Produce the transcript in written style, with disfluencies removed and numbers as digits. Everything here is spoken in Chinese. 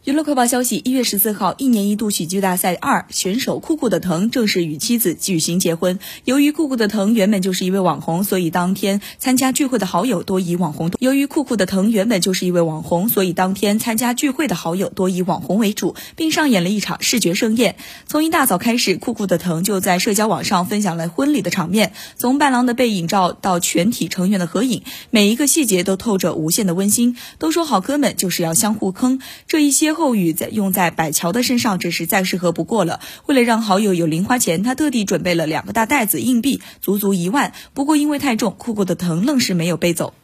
娱乐快报消息，1月14号，一年一度喜剧大赛2选手酷酷的腾正式与妻子举行结婚。由于酷酷的腾原本就是一位网红，所以当天参加聚会的好友多以网红为主，并上演了一场视觉盛宴。从一大早开始，酷酷的腾就在社交网上分享了婚礼的场面，从伴郎的背影照到全体成员的合影，每一个细节都透着无限的温馨。都说好哥们就是要相互坑，这一歇后语用在百乔的身上，这是再适合不过了。为了让好友有零花钱，他特地准备了2个大袋子硬币，足足1万。不过因为太重，酷酷的腾愣是没有背走。